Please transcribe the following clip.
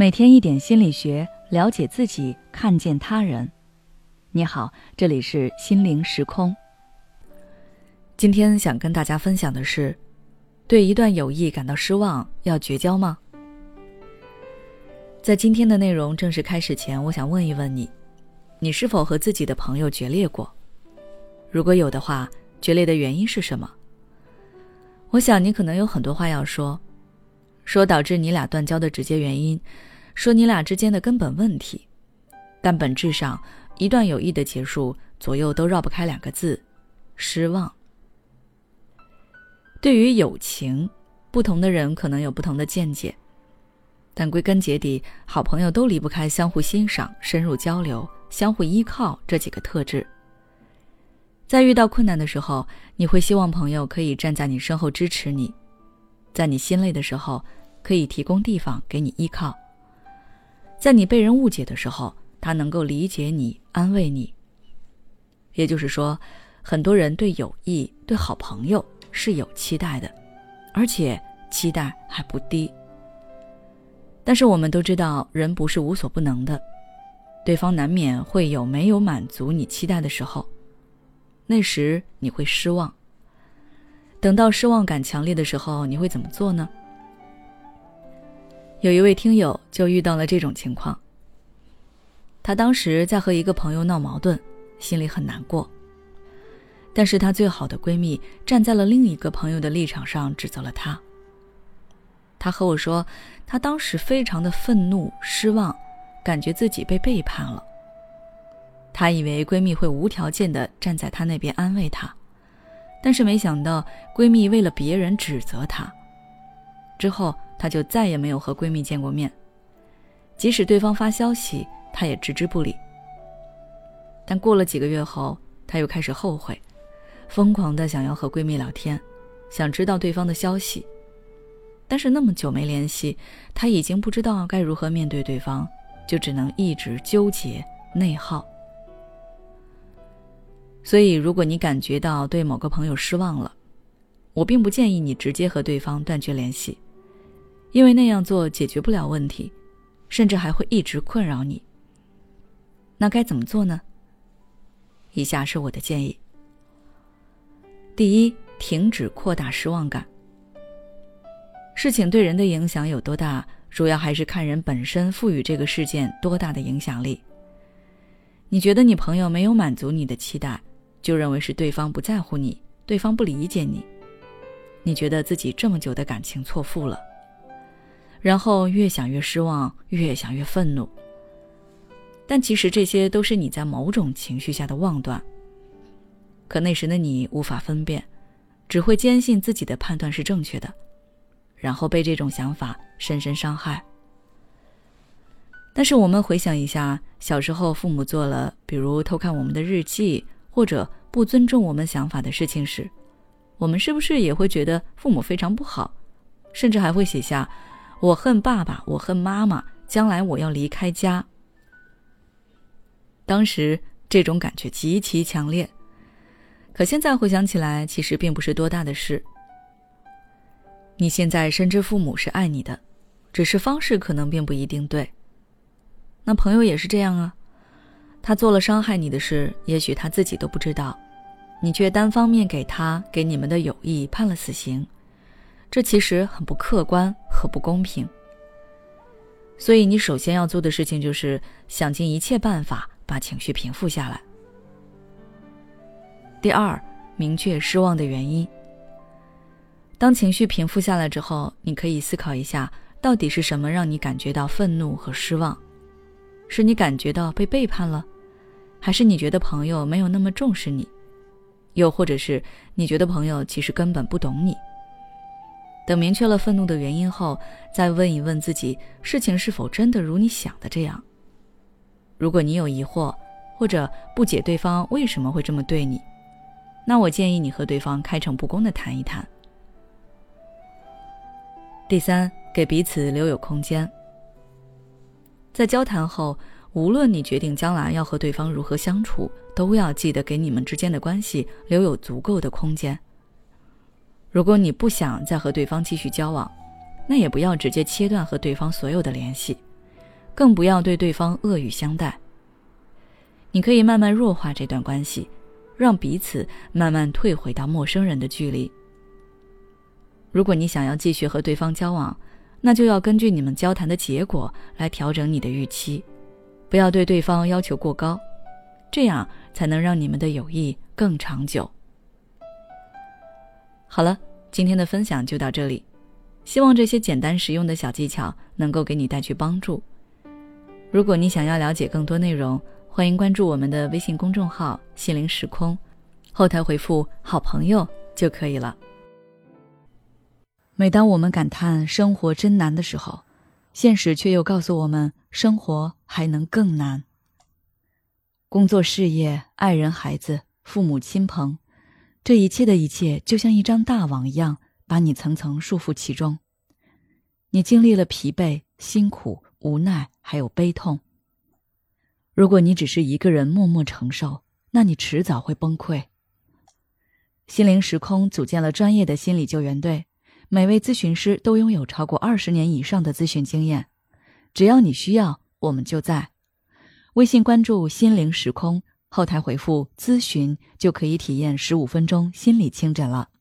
每天一点心理学，了解自己，看见他人。你好，这里是心灵时空。今天想跟大家分享的是，对一段友谊感到失望，要绝交吗？在今天的内容正式开始前，我想问一问你，你是否和自己的朋友决裂过？如果有的话，决裂的原因是什么？我想你可能有很多话要说导致你俩断交的直接原因，说你俩之间的根本问题。但本质上，一段友谊的结束，左右都绕不开两个字：失望。对于友情，不同的人可能有不同的见解，但归根结底，好朋友都离不开相互欣赏、深入交流、相互依靠这几个特质。在遇到困难的时候，你会希望朋友可以站在你身后支持你，在你心累的时候，可以提供地方给你依靠，在你被人误解的时候，他能够理解你，安慰你。也就是说，很多人对友谊、对好朋友是有期待的，而且期待还不低。但是我们都知道，人不是无所不能的，对方难免会有没有满足你期待的时候，那时你会失望。等到失望感强烈的时候，你会怎么做呢？有一位听友就遇到了这种情况。他当时在和一个朋友闹矛盾，心里很难过。但是她最好的闺蜜站在了另一个朋友的立场上，指责了她。她和我说，她当时非常的愤怒、失望，感觉自己被背叛了。她以为闺蜜会无条件地站在她那边安慰她，但是没想到闺蜜为了别人指责她。之后她就再也没有和闺蜜见过面，即使对方发消息，她也置之不理。但过了几个月后，她又开始后悔，疯狂地想要和闺蜜聊天，想知道对方的消息。但是那么久没联系，她已经不知道该如何面对对方，就只能一直纠结内耗。所以如果你感觉到对某个朋友失望了，我并不建议你直接和对方断绝联系，因为那样做解决不了问题，甚至还会一直困扰你。那该怎么做呢？以下是我的建议。第一，停止扩大失望感。事情对人的影响有多大，主要还是看人本身赋予这个事件多大的影响力。你觉得你朋友没有满足你的期待，就认为是对方不在乎你，对方不理解你。你觉得自己这么久的感情错付了，然后越想越失望，越想越愤怒。但其实这些都是你在某种情绪下的妄断，可那时的你无法分辨，只会坚信自己的判断是正确的，然后被这种想法深深伤害。但是我们回想一下，小时候父母做了比如偷看我们的日记，或者不尊重我们想法的事情时，我们是不是也会觉得父母非常不好，甚至还会写下我恨爸爸，我恨妈妈，将来我要离开家。当时这种感觉极其强烈，可现在回想起来，其实并不是多大的事。你现在深知父母是爱你的，只是方式可能并不一定对。那朋友也是这样啊，他做了伤害你的事，也许他自己都不知道，你却单方面给你们的友谊判了死刑，这其实很不客观和不公平。所以你首先要做的事情就是想尽一切办法把情绪平复下来。第二，明确失望的原因。当情绪平复下来之后，你可以思考一下，到底是什么让你感觉到愤怒和失望？是你感觉到被背叛了？还是你觉得朋友没有那么重视你？又或者是你觉得朋友其实根本不懂你？等明确了愤怒的原因后，再问一问自己，事情是否真的如你想的这样？如果你有疑惑，或者不解对方为什么会这么对你，那我建议你和对方开诚布公地谈一谈。第三，给彼此留有空间。在交谈后，无论你决定将来要和对方如何相处，都要记得给你们之间的关系留有足够的空间。如果你不想再和对方继续交往，那也不要直接切断和对方所有的联系， 更不要对对方恶语相待。你可以慢慢弱化这段关系，让彼此慢慢退回到陌生人的距离。如果你想要继续和对方交往，那就要根据你们交谈的结果来调整你的预期，不要对对方要求过高，这样才能让你们的友谊更长久。好了，今天的分享就到这里，希望这些简单实用的小技巧能够给你带去帮助。如果你想要了解更多内容，欢迎关注我们的微信公众号心灵时空，后台回复好朋友就可以了。每当我们感叹生活真难的时候，现实却又告诉我们生活还能更难。工作事业、爱人孩子、父母亲朋，这一切的一切就像一张大网一样，把你层层束缚其中。你经历了疲惫、辛苦、无奈，还有悲痛。如果你只是一个人默默承受，那你迟早会崩溃。心灵时空组建了专业的心理救援队，每位咨询师都拥有超过20年以上的咨询经验。只要你需要，我们就在。微信关注心灵时空，后台回复咨询就可以体验15分钟心理清诊了。